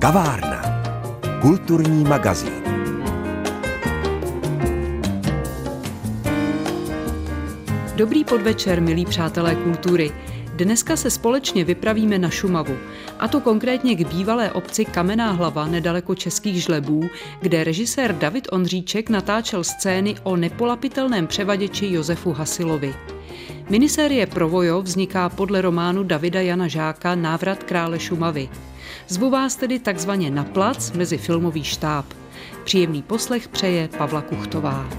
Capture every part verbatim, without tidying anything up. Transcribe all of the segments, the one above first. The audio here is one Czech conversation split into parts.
Kavárna. Kulturní magazín. Dobrý podvečer, milí přátelé kultury. Dneska se společně vypravíme na Šumavu, a to konkrétně k bývalé obci Kamenná Hlava nedaleko Českých Žlebů, kde režisér David Ondříček natáčel scény o nepolapitelném převaděči Josefu Hasilovi. Minisérie Provojo vzniká podle románu Davida Jana Žáka Návrat krále Šumavy. Zvu vás tedy takzvaně na plac mezi filmový štáb. Příjemný poslech přeje Pavla Kuchtová.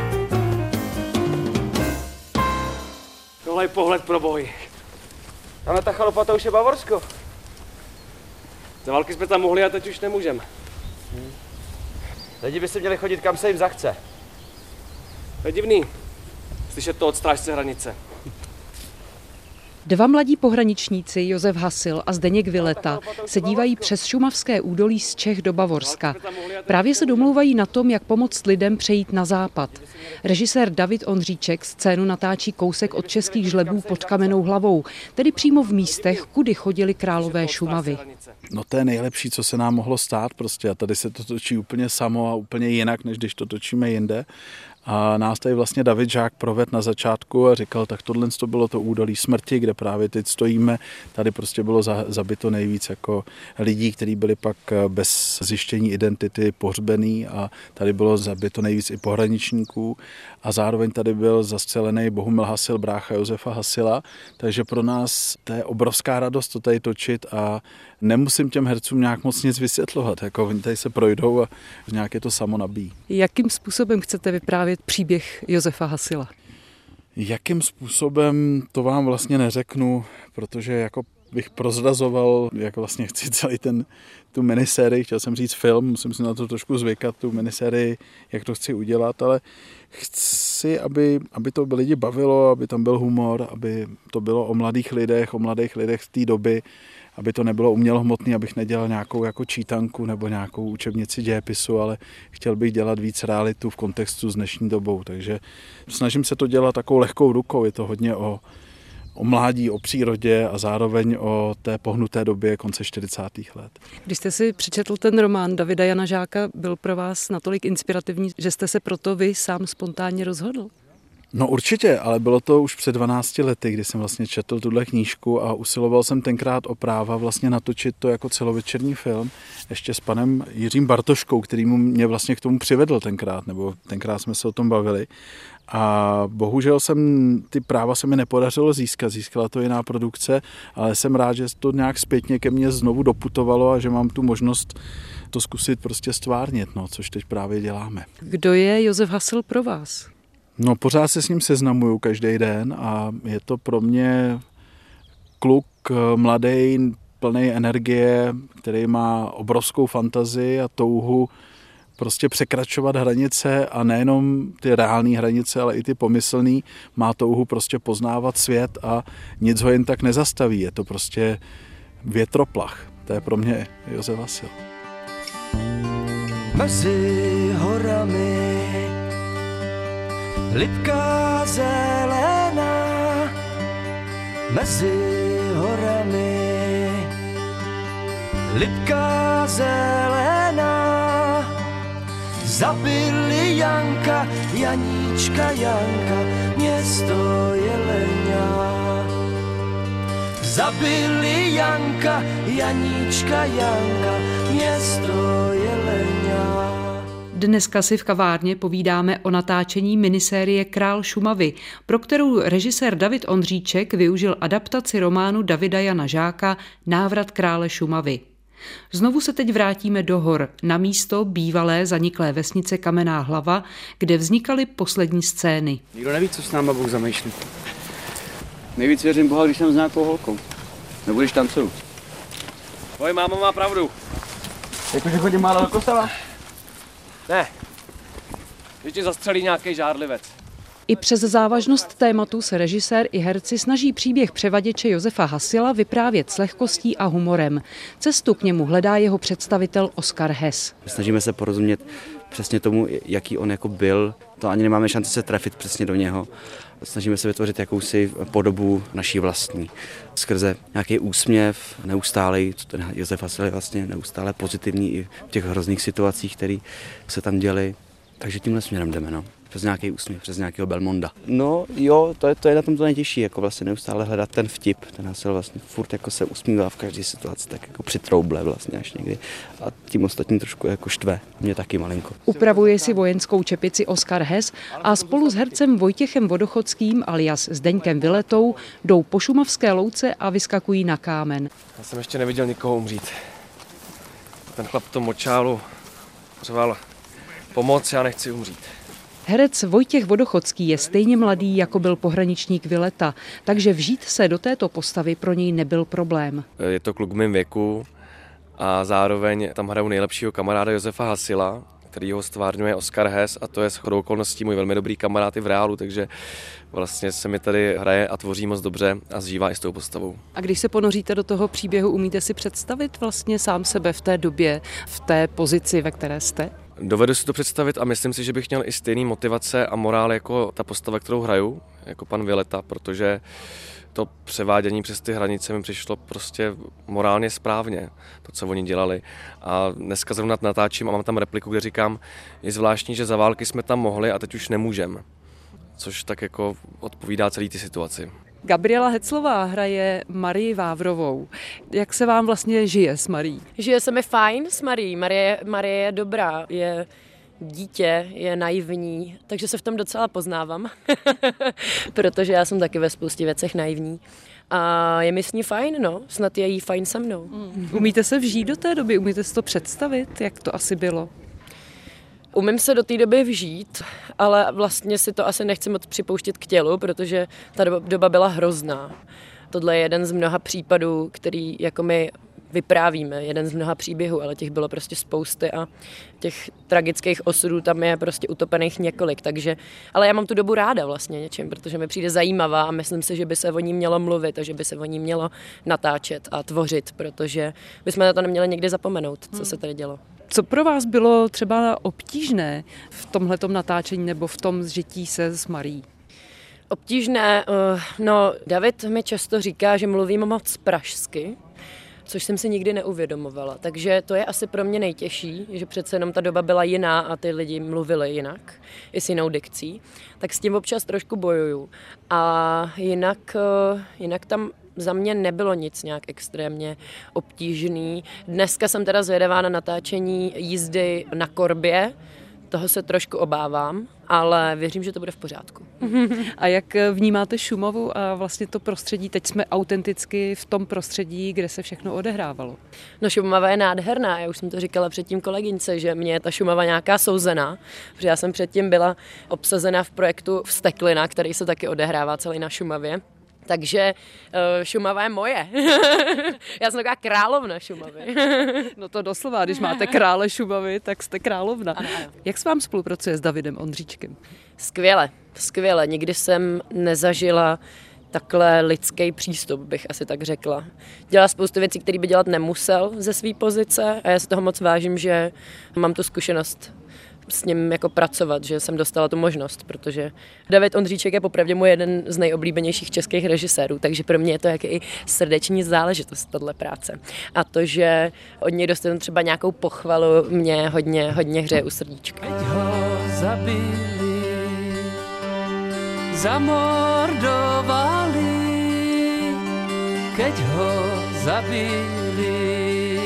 Tohle je pohled pro boj. Tamhle ta chalupa, to už je Bavorsko. Za války jsme tam mohli a teď už nemůžeme. Hmm. Lidi by si měli chodit, kam se jim zachce. Je divný slyšet to od strážce hranice. Dva mladí pohraničníci, Josef Hasil a Zdeněk Vileta, se dívají přes šumavské údolí z Čech do Bavorska. Právě se domlouvají na tom, jak pomoct lidem přejít na západ. Režisér David Ondříček scénu natáčí kousek od Českých Žlebů pod Kamennou Hlavou, tedy přímo v místech, kudy chodili králové Šumavy. No to je nejlepší, co se nám mohlo stát prostě, a tady se to točí úplně samo a úplně jinak, než když to točíme jinde. A nás tady vlastně David Žák provedl na začátku a říkal, tak tohle to bylo to údolí smrti, kde právě teď stojíme. Tady prostě bylo zabito nejvíc jako lidí, kteří byli pak bez zjištění identity pohřbený, a tady bylo zabito nejvíc i pohraničníků. A zároveň tady byl zastřelený Bohumil Hasil, brácha Josefa Hasila. Takže pro nás to je obrovská radost to tady točit a nemusím těm hercům nějak moc nic vysvětlovat. Jako oni tady se projdou a nějak je to samo nabíjí. Jakým způsobem chcete vyprávět příběh Josefa Hasila? Jakým způsobem, to vám vlastně neřeknu, protože jako bych prozrazoval, jak vlastně chci celý ten, tu minisérii, chtěl jsem říct film, musím si na to trošku zvykat, tu minisérii, jak to chci udělat, ale chci, aby, aby to lidi bavilo, aby tam byl humor, aby to bylo o mladých lidech, o mladých lidech z té doby, aby to nebylo umělohmotný, abych nedělal nějakou jako čítanku nebo nějakou učebnici dějepisu, ale chtěl bych dělat víc realitu v kontextu s dnešní dobou. Takže snažím se to dělat takovou lehkou rukou, je to hodně o, o mládí, o přírodě a zároveň o té pohnuté době konce čtyřicátých let. Když jste si přečetl ten román Davida Jana Žáka, byl pro vás natolik inspirativní, že jste se proto vy sám spontánně rozhodl? No určitě, ale bylo to už před dvanácti lety, kdy jsem vlastně četl tuhle knížku a usiloval jsem tenkrát o práva vlastně natočit to jako celovečerní film, ještě s panem Jiřím Bartoškou, který mě vlastně k tomu přivedl tenkrát, nebo tenkrát jsme se o tom bavili. A bohužel jsem, ty práva se mi nepodařilo získat, získala to jiná produkce, ale jsem rád, že to nějak zpětně ke mně znovu doputovalo a že mám tu možnost to zkusit prostě stvárnit, no, což teď právě děláme. Kdo je Josef Hasil pro vás? No pořád se s ním seznamuju každý den a je to pro mě kluk mladý, plný energie, který má obrovskou fantazii a touhu prostě překračovat hranice a nejenom ty reální hranice, ale i ty pomyslný. Má touhu prostě poznávat svět a nic ho jen tak nezastaví. Je to prostě větroplach. To je pro mě Josef Hasil. Mezi horami lipka zelená, mezi horami lipka zelená, zabili Janka, Janíčka Janka, město Jelenia. Zabili Janka, Janíčka Janka, město Jelenia. Dneska si v kavárně povídáme o natáčení minisérie Král Šumavy, pro kterou režisér David Ondříček využil adaptaci románu Davida Jana Žáka Návrat krále Šumavy. Znovu se teď vrátíme do hor, na místo bývalé zaniklé vesnice Kamenná Hlava, kde vznikaly poslední scény. Nikdo neví, co s náma Bůh zamýšlí. Nejvíc věřím Boha, když jsem s nějakou holkou. Nebo když tancuju. Tvoje máma má pravdu. Jakože chodím málo do kostela? Ne. Že tě zastřelí nějaký žárlivec. I přes závažnost tématu se režisér i herci snaží příběh převaděče Josefa Hasila vyprávět s lehkostí a humorem. Cestu k němu hledá jeho představitel Oskar Hess. Snažíme se porozumět přesně tomu, jaký on jako byl. To ani nemáme šanci se trefit přesně do něho. Snažíme se vytvořit jakousi podobu naší vlastní. Skrze nějaký úsměv, neustálej, co ten Josef Hasil je vlastně neustále pozitivní i v těch hrozných situacích, které se tam děly. Takže tímhle směrem jdeme, no. Přes nějaký úsměv, přes nějakého Belmonda. No jo, to je, to je na tom to nejtěžší, jako vlastně neustále hledat ten vtip. Ten Hasil vlastně furt jako se usmívá v každé situaci, tak jako přitrouble vlastně až někdy. A tím ostatním trošku jako štve, mě taky malinko. Upravuje si vojenskou čepici Oskar Hess a spolu s hercem Vojtěchem Vodochodským alias Zdeňkem Viletou jdou po šumavské louce a vyskakují na kámen. Já jsem ještě neviděl nikoho umřít. Ten chlap v tom močálu řval pomoc, já nechci umřít. Herec Vojtěch Vodochodský je stejně mladý, jako byl pohraničník Vileta, takže vžít se do této postavy pro něj nebyl problém. Je to kluk v mém věku a zároveň tam hraju nejlepšího kamaráda Josefa Hasila, který ho stvárňuje Oskar Hess a to je shodou okolností můj velmi dobrý kamarád i v reálu, takže vlastně se mi tady hraje a tvoří moc dobře a zžívá i s tou postavou. A když se ponoříte do toho příběhu, umíte si představit vlastně sám sebe v té době, v té pozici, ve které jste? Dovedu si to představit a myslím si, že bych měl i stejný motivace a morál jako ta postava, kterou hraju, jako pan Vileta, protože to převádění přes ty hranice mi přišlo prostě morálně správně, to, co oni dělali. A dneska zrovna natáčím a mám tam repliku, kde říkám, je zvláštní, že za války jsme tam mohli a teď už nemůžeme. Což tak jako odpovídá celý ty situaci. Gabriela Heclová hraje Marii Vávrovou. Jak se vám vlastně žije s Marií? Žije se mi fajn s Marií. Marie, Marie je dobrá, je dítě, je naivní, takže se v tom docela poznávám, protože já jsem taky ve spoustě věcech naivní. A je mi s ní fajn, no, snad je jí fajn se mnou. Mm. Umíte se vžít do té doby, umíte si to představit, jak to asi bylo? Umím se do té doby vžít, ale vlastně si to asi nechci moc připouštět k tělu, protože ta doba, doba byla hrozná. Tohle je jeden z mnoha případů, který jako my vyprávíme, jeden z mnoha příběhů, ale těch bylo prostě spousty a těch tragických osudů tam je prostě utopených několik, takže, ale já mám tu dobu ráda vlastně něčím, protože mi přijde zajímavá a myslím si, že by se o ní mělo mluvit a že by se o ní mělo natáčet a tvořit, protože bychom na to neměli někdy zapomenout, co se tady dělo. Co pro vás bylo třeba obtížné v tomhletom natáčení nebo v tom zžití se s Marií? Obtížné? No, David mi často říká, že mluvím moc pražsky, což jsem si nikdy neuvědomovala. Takže to je asi pro mě nejtěžší, že přece jenom ta doba byla jiná a ty lidi mluvili jinak, i s jinou dikcí. Tak s tím občas trošku bojuju. A jinak, jinak tam za mě nebylo nic nějak extrémně obtížný. Dneska jsem teda zvědavá na natáčení jízdy na korbě. Toho se trošku obávám, ale věřím, že to bude v pořádku. A jak vnímáte Šumavu a vlastně to prostředí? Teď jsme autenticky v tom prostředí, kde se všechno odehrávalo. No, Šumava je nádherná, já už jsem to říkala předtím kolegyňce, že mě je ta Šumava nějaká souzená, protože já jsem předtím byla obsazena v projektu Vsteklina, který se taky odehrává celý na Šumavě. Takže uh, Šumava je moje. Já jsem taková královna Šumavy. No to doslova, když máte krále Šumavy, tak jste královna. Ano, ano. Jak s vám spolupracuje s Davidem Ondříčkem? Skvěle, skvěle. Nikdy jsem nezažila takhle lidský přístup, bych asi tak řekla. Dělá spoustu věcí, které by dělat nemusel ze své pozice a já si toho moc vážím, že mám tu zkušenost s ním jako pracovat, že jsem dostala tu možnost, protože David Ondříček je popravdě můj jeden z nejoblíbenějších českých režisérů, takže pro mě je to jak i srdeční záležitost, tato práce. A to, že od něj dostanu třeba nějakou pochvalu, mě hodně, hodně hřeje u srdíčka. Keď ho zabili, zamordovali, keď ho zabili,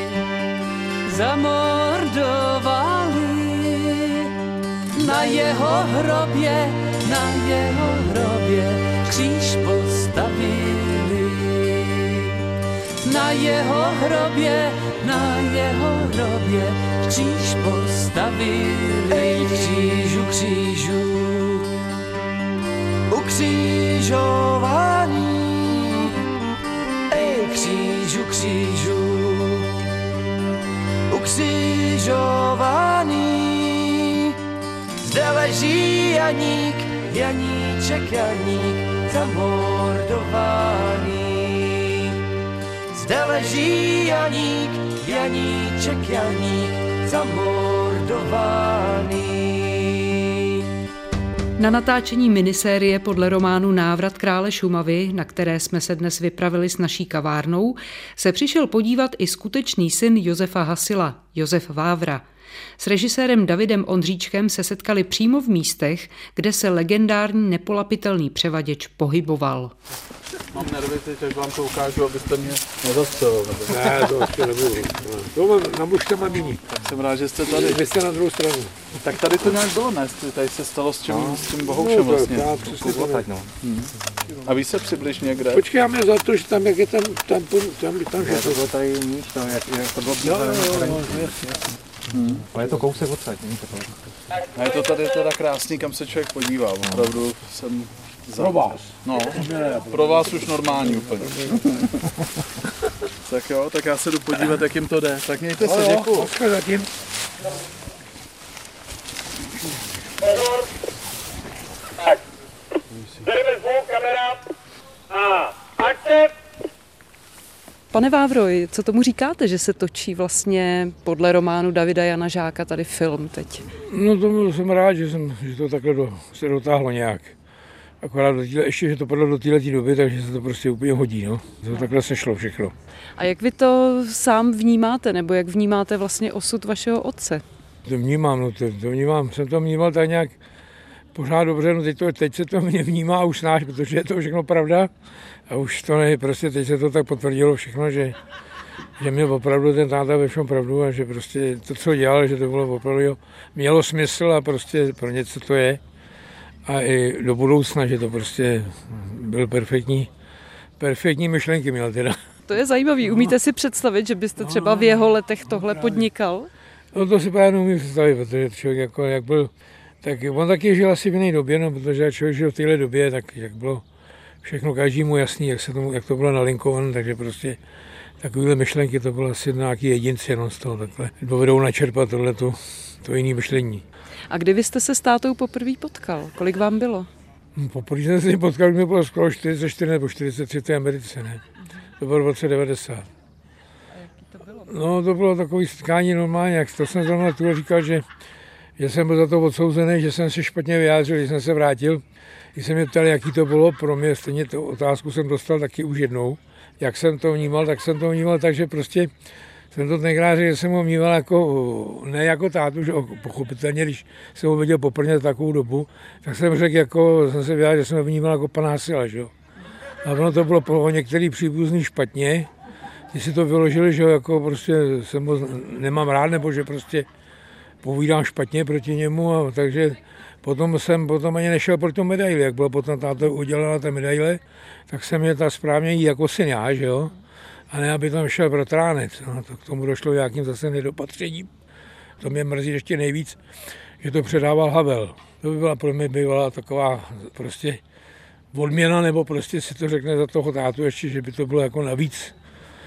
zamordovali. Na jeho hrobě, na jeho hrobě kříž postavili. Na jeho hrobě, na jeho hrobě kříž postavili. Ej, křížu, křížu, ukřižovaný. Ej, křížu, křížu, ukřižovaný. Zde leží Janík, Janíček, Janík, zamordovaný. Zde kde leží Janík, Janíček Janík, zamordovaný. Na natáčení minisérie podle románu Návrat krále Šumavy, na které jsme se dnes vypravili s naší kavárnou, se přišel podívat i skutečný syn Josefa Hasila, Josef Vávra. S režisérem Davidem Ondříčkem se setkali přímo v místech, kde se legendární nepolapitelný převaděč pohyboval. Mám nervy teď, až vám to ukážu, abyste mě nezastřelil. Ne, to ještě nebudu. To mám na mužce mamíní. Tak jsem rád, že jste tady. Vy jste na druhou stranu. Tak tady to nějak bylo, ne? Tady se stalo s tím, no, s tím bohoušem no, vlastně. Já přesně to ne. No. Hmm. A víš se přibliž někde? Počkáme za to, že tam, jak je tam, tam, tam, tam, tam že to bylo tady níž, to, jak, jak to bylo jo, jo, jo, jo. Hmm. Ale je to kousek odsaď, není to tak. A je to tady teda krásný, kam se člověk podívá. Opravdu jsem... Za... Pro vás. No, pro vás už normální úplně. Tak jo, tak já se jdu podívat, jak jim to jde. Tak mějte se, děkuju. Oskar zatím. Tak, jdeme zvuk, kamera a akce. Pane Vávro, co tomu říkáte, že se točí vlastně podle románu Davida Jana Žáka tady film teď? No to jsem rád, že, jsem, že to takhle do, se dotáhlo nějak. Akorát do týhle, ještě, že to padlo do této doby, takže se to prostě úplně hodí, no. To takhle sešlo všechno. A jak vy to sám vnímáte, nebo jak vnímáte vlastně osud vašeho otce? To vnímám, no to, to vnímám, jsem to vnímal tak nějak pořád dobře, no teď, to, teď se to mě vnímá už snáš, protože je to všechno pravda. A už to ne, prostě teď se to tak potvrdilo všechno, že, že měl opravdu ten táta ve všem pravdu a že prostě to, co dělal, že to bylo opravdu, mělo smysl a prostě pro něco to je. A i do budoucna, že to prostě byl perfektní, perfektní myšlenky měl teda. To je zajímavý. Umíte si představit, že byste třeba v jeho letech tohle podnikal? No to si právě neumím představit, protože člověk jako, jak byl, tak on taky žil asi v jiné době, no, protože člověk žil v téhle době, tak jak bylo všechno každému jasný, jak, se tomu, jak to bylo nalinkované, takže prostě takovéhle myšlenky, to bylo asi nějaký jedinci jenom z toho takhle. Dovedou načerpat tohleto, to jiné myšlení. A kdy vy jste se s tátou poprvé potkal? Kolik vám bylo? Poprvé jsem se potkal, když mi bylo skoro čtyřicet čtyři nebo čtyřicet tři v té Americe, ne? To bylo v roce devadesát. A jaký to bylo? No to bylo takové setkání normálně, jak to jsem zrovna tu říkal, že, že jsem byl za to odsouzený, že jsem se špatně vyjádřil, když jsem se vrátil. Když se mě ptali, jaký to bylo, pro mě stejně tu otázku jsem dostal taky už jednou. Jak jsem to vnímal, tak jsem to vnímal, takže prostě jsem to tenkrát řekl, že jsem ho vnímal jako, ne jako tátu, že pochopitelně, když jsem ho viděl poprvé takovou dobu, tak jsem řekl, jako, jsem se vyjádřil, že jsem ho vnímal jako pana Hasila, že jo. A ono to bylo pro některý příbuzný špatně, když si to vyložili, že jako prostě jsem ho nemám rád, nebo že prostě povídám špatně proti němu, a takže potom jsem potom ani nešel pro tu medaili, jak byla potom táto udělala ta medaile, tak jsem je ta správně jí jako syn já, že jo. A ne, aby tam šel bratránec. No, to k tomu došlo nějakým zase nedopatřením. To mě mrzí ještě nejvíc, že to předával Havel. To by byla pro mě bývala taková prostě odměna, nebo prostě si to řekne za toho tátu ještě, že by to bylo jako navíc.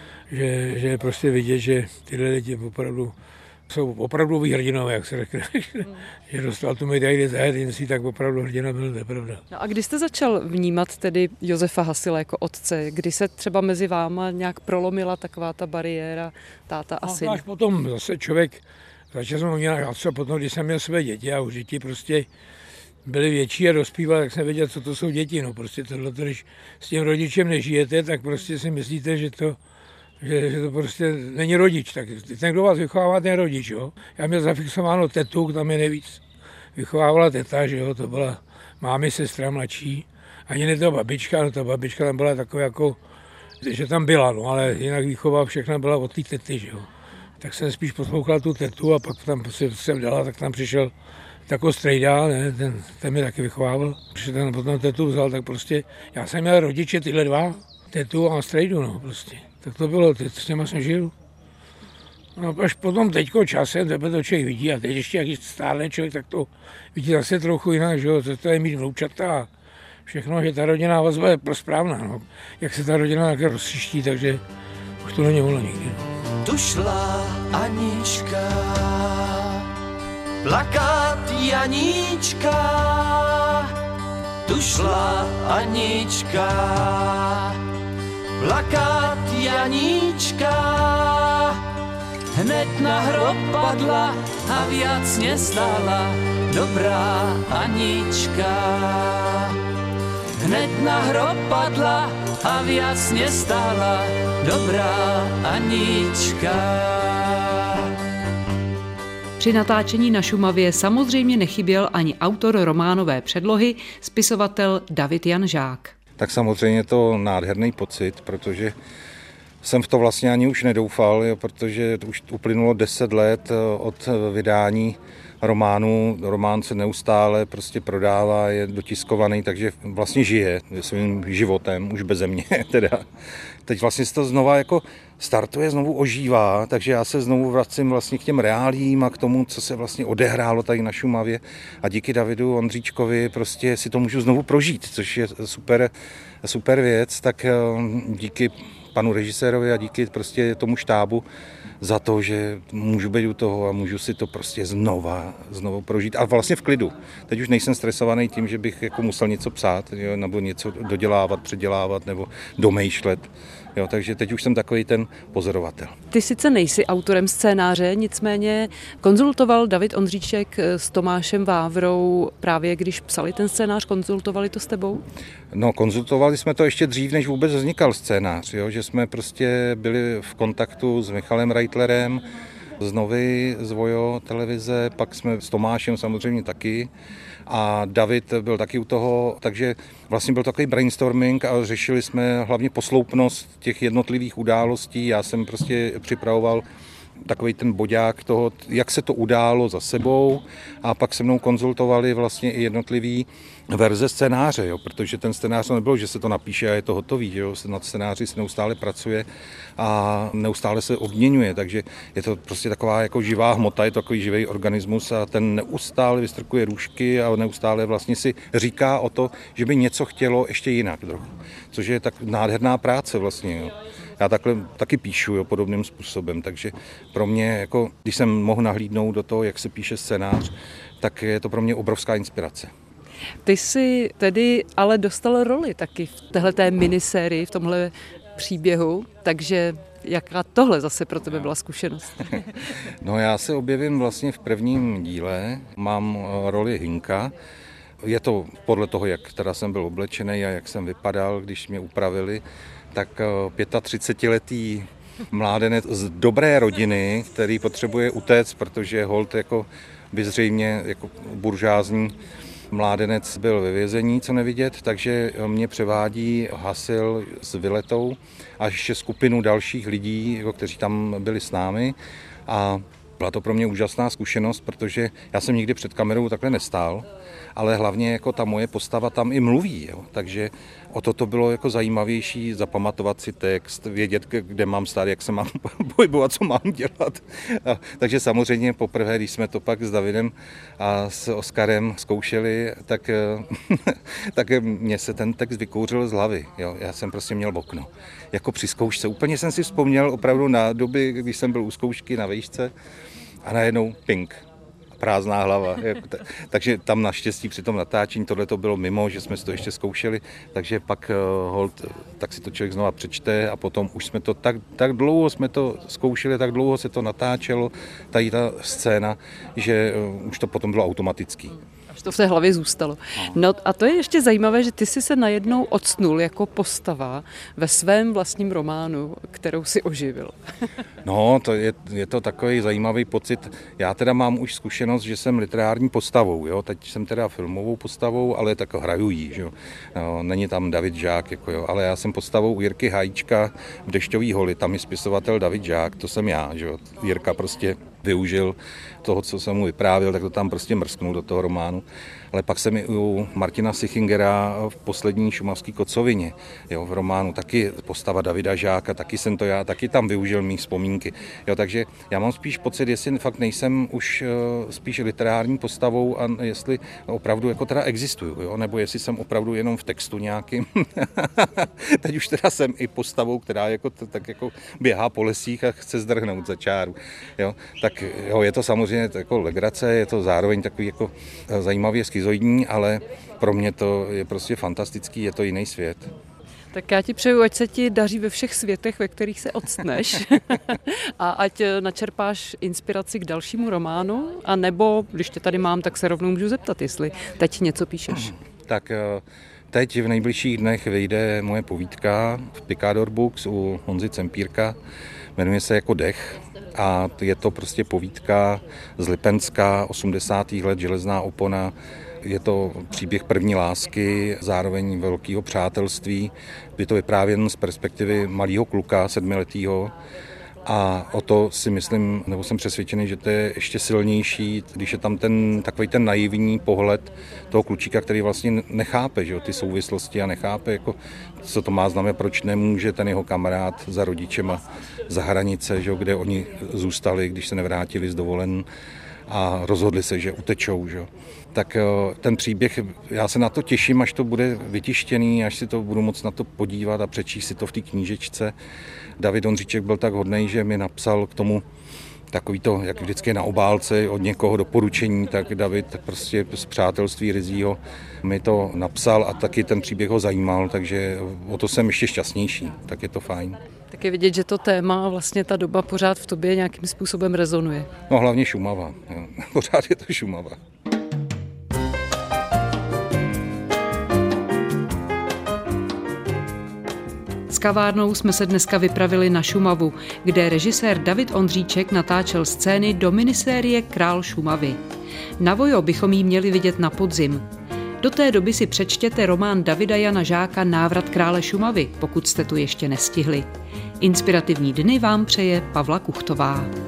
Že, že je prostě vidět, že tyhle lidi opravdu jsou opravdu hrdinové, jak se řekne. Že dostal tu medaili za hrdinství, tak opravdu hrdina byl, to je pravda. No a kdy jste začal vnímat tedy Josefa Hasila jako otce? Kdy se třeba mezi váma nějak prolomila taková ta bariéra táta a syn? No, až potom zase člověk začal jsem vnímat, a potom, když jsem měl své děti a už děti prostě byly větší a dospívali, tak jsem věděl, co to jsou děti. No prostě tohle, když s tím rodičem nežijete, tak prostě si myslíte, že to Že, že to prostě není rodič, tak ten, kdo vás vychovává, ten rodič, jo. Já měl zafixováno tetu, tam je nejvíc vychovávala teta, že jo, to byla mámy, sestra mladší, ani ne to babička, no ta babička tam byla taková jako, že tam byla, no, ale jinak výchova všechna byla od té tety, že jo. Tak jsem spíš poslouchal tu tetu a pak tam se jsem dala, tak tam přišel takový strejda, ne, ten, ten mě taky vychovával. Když ten potom tetu vzal, tak prostě, já jsem měl rodiče tyhle dva, tetu a strejdu, no, prostě. Tak to bylo, teď s těma jsem žil. No až potom teďko časem, tebe to člověk vidí a teď ještě jak stárne člověk, tak to vidí zase trochu jinak, že jo, to je mít vnoučata a všechno, že ta rodinná vazba je správná, no. Jak se ta rodina také rozšiští, takže už to není ono nikdy. No. Tu šla Anička, plakát Janíčka, tu šla Anička, plakát Janíčka. Hned na hrob padla a viac nestála dobrá Anička. Hned na hrob padla a viac nestála dobrá Anička. Při natáčení na Šumavě samozřejmě nechyběl ani autor románové předlohy, spisovatel David Jan Žák. Tak samozřejmě to nádherný pocit, protože jsem v to vlastně ani už nedoufal, jo, protože už uplynulo deset let od vydání románu. Román se neustále prostě prodává, je dotiskovaný, takže vlastně žije svým životem, už beze mě teda. Teď vlastně se to znova jako startuje, znovu ožívá, takže já se znovu vracím vlastně k těm reálím a k tomu, co se vlastně odehrálo tady na Šumavě a díky Davidu Ondříčkovi prostě si to můžu znovu prožít, což je super, super věc, tak díky panu režisérovi a díky prostě tomu štábu za to, že můžu být u toho a můžu si to prostě znova, znovu prožít. A vlastně v klidu. Teď už nejsem stresovaný tím, že bych jako musel něco psát, jo, nebo něco dodělávat, předělávat nebo domýšlet. Jo, takže teď už jsem takový ten pozorovatel. Ty sice nejsi autorem scénáře, nicméně konzultoval David Ondříček s Tomášem Vávrou právě když psali ten scénář, konzultovali to s tebou? No, konzultovali jsme to ještě dřív, než vůbec vznikal scénář, jo, že jsme prostě byli v kontaktu s Michalem Reitlerem, z Novy, z Vojo televize, pak jsme s Tomášem samozřejmě taky a David byl taky u toho, takže vlastně byl takový brainstorming a řešili jsme hlavně posloupnost těch jednotlivých událostí. Já jsem prostě připravoval takový ten boďák toho, jak se to událo za sebou a pak se mnou konzultovali vlastně i jednotlivý verze scénáře, jo, protože ten scénář to nebylo, že se to napíše a je to hotový, že jo, nad scénáři se neustále pracuje a neustále se obměňuje, takže je to prostě taková jako živá hmota, je to takový živý organismus a ten neustále vystrkuje růžky a neustále vlastně si říká o to, že by něco chtělo ještě jinak trochu, což je tak nádherná práce vlastně, jo. Já takhle taky píšu jo, podobným způsobem, takže pro mě, jako, když jsem mohl nahlídnout do toho, jak se píše scénář, tak je to pro mě obrovská inspirace. Ty jsi tedy ale dostal roli taky v téhleté minisérii, v tomhle příběhu, takže jaká tohle zase pro tebe byla zkušenost? No já se objevím vlastně v prvním díle, mám roli Hinka. Je to podle toho, jak teda jsem byl oblečený a jak jsem vypadal, když mě upravili, tak třicetiletý mládenec z dobré rodiny, který potřebuje utéct, protože holt jako by zřejmě jako buržázní mládenec byl ve vězení, co nevidět, takže mě převádí Hasil s Viletou a ještě skupinu dalších lidí, jako, kteří tam byli s námi a byla to pro mě úžasná zkušenost, protože já jsem nikdy před kamerou takhle nestál, ale hlavně jako ta moje postava tam i mluví, jo. Takže o to to bylo jako zajímavější zapamatovat si text, vědět, kde mám stát, jak se mám pohybovat, co mám dělat. A, takže samozřejmě poprvé, když jsme to pak s Davidem a s Oskarem zkoušeli, tak, tak mně se ten text vykouřil z hlavy. Jo. Já jsem prostě měl okno. Jako při zkoušce. Úplně jsem si vzpomněl opravdu na doby, když jsem byl u zkoušky na vejšce a najednou ping. Prázdná hlava. Takže tam naštěstí při tom natáčení tohle to bylo mimo, že jsme si to ještě zkoušeli, takže pak hold, tak si to člověk znova přečte a potom už jsme to tak, tak dlouho jsme to zkoušeli, tak dlouho se to natáčelo, tady ta scéna, že už to potom bylo automatický. Až to v té hlavě zůstalo. No a to je ještě zajímavé, že ty jsi se najednou octnul jako postava ve svém vlastním románu, kterou si oživil. No, to je, je to takový zajímavý pocit. Já teda mám už zkušenost, že jsem literární postavou, jo. Teď jsem teda filmovou postavou, ale tak hraju jí, že jo. No, není tam David Žák, jako jo, ale já jsem postavou u Jirky Hajíčka v Dešťový holi, tam je spisovatel David Žák, to jsem já, že jo. Jirka prostě využil toho, co jsem mu vyprávěl, tak to tam prostě mrsknul do toho románu. Ale pak jsem i u Martina Sichingera v poslední šumavský kocovině, jo, v románu, taky postava Davida Žáka, taky jsem to já, taky tam využil mých vzpomínky. Jo, takže já mám spíš pocit, jestli fakt nejsem už spíš literární postavou a jestli opravdu jako teda existuju, jo, nebo jestli jsem opravdu jenom v textu nějakým. Teď už teda jsem i postavou, která jako, tak jako běhá po lesích a chce zdrhnout za čáru. Jo, tak jo, je to samozřejmě jako legrace, je to zároveň takový jako zajímavý schizoidní, ale pro mě to je prostě fantastický, je to jiný svět. Tak já ti přeju, ať se ti daří ve všech světech, ve kterých se octneš a ať načerpáš inspiraci k dalšímu románu, a nebo, když tě tady mám, tak se rovnou můžu zeptat, jestli teď něco píšeš. Tak teď v nejbližších dnech vyjde moje povídka v Picador Books u Honzy Cempírka. Jmenuje se Jako dech a je to prostě povídka z Lipenska osmdesátých let, železná opona. Je to příběh první lásky, zároveň velkého přátelství. Je to vyprávěn z perspektivy malého kluka, sedmiletého. A o to si myslím, nebo jsem přesvědčený, že to je ještě silnější, když je tam ten takový ten naivní pohled toho klučíka, který vlastně nechápe, že jo, ty souvislosti a nechápe, jako, co to má znamenat, proč nemůže ten jeho kamarád za rodičema za hranice, že jo, kde oni zůstali, když se nevrátili z dovolen a rozhodli se, že utečou. Že? Tak ten příběh, já se na to těším, až to bude vytištěný, až si to budu moct na to podívat a přečíst si to v té knížečce. David Ondříček byl tak hodnej, že mi napsal k tomu takový to, jak vždycky na obálce od někoho doporučení, tak David prostě z přátelství Rizího mi to napsal a taky ten příběh ho zajímal, takže o to jsem ještě šťastnější, tak je to fajn. Tak je vidět, že to téma a vlastně ta doba pořád v tobě nějakým způsobem rezonuje. No hlavně Šumava, jo. Pořád je to Šumava. S kavárnou jsme se dneska vypravili na Šumavu, kde režisér David Ondříček natáčel scény do minisérie Král Šumavy. Na Vojo bychom jí měli vidět na podzim. Do té doby si přečtěte román Davida Jana Žáka Návrat krále Šumavy, pokud jste to ještě nestihli. Inspirativní dny vám přeje Pavla Kuchtová.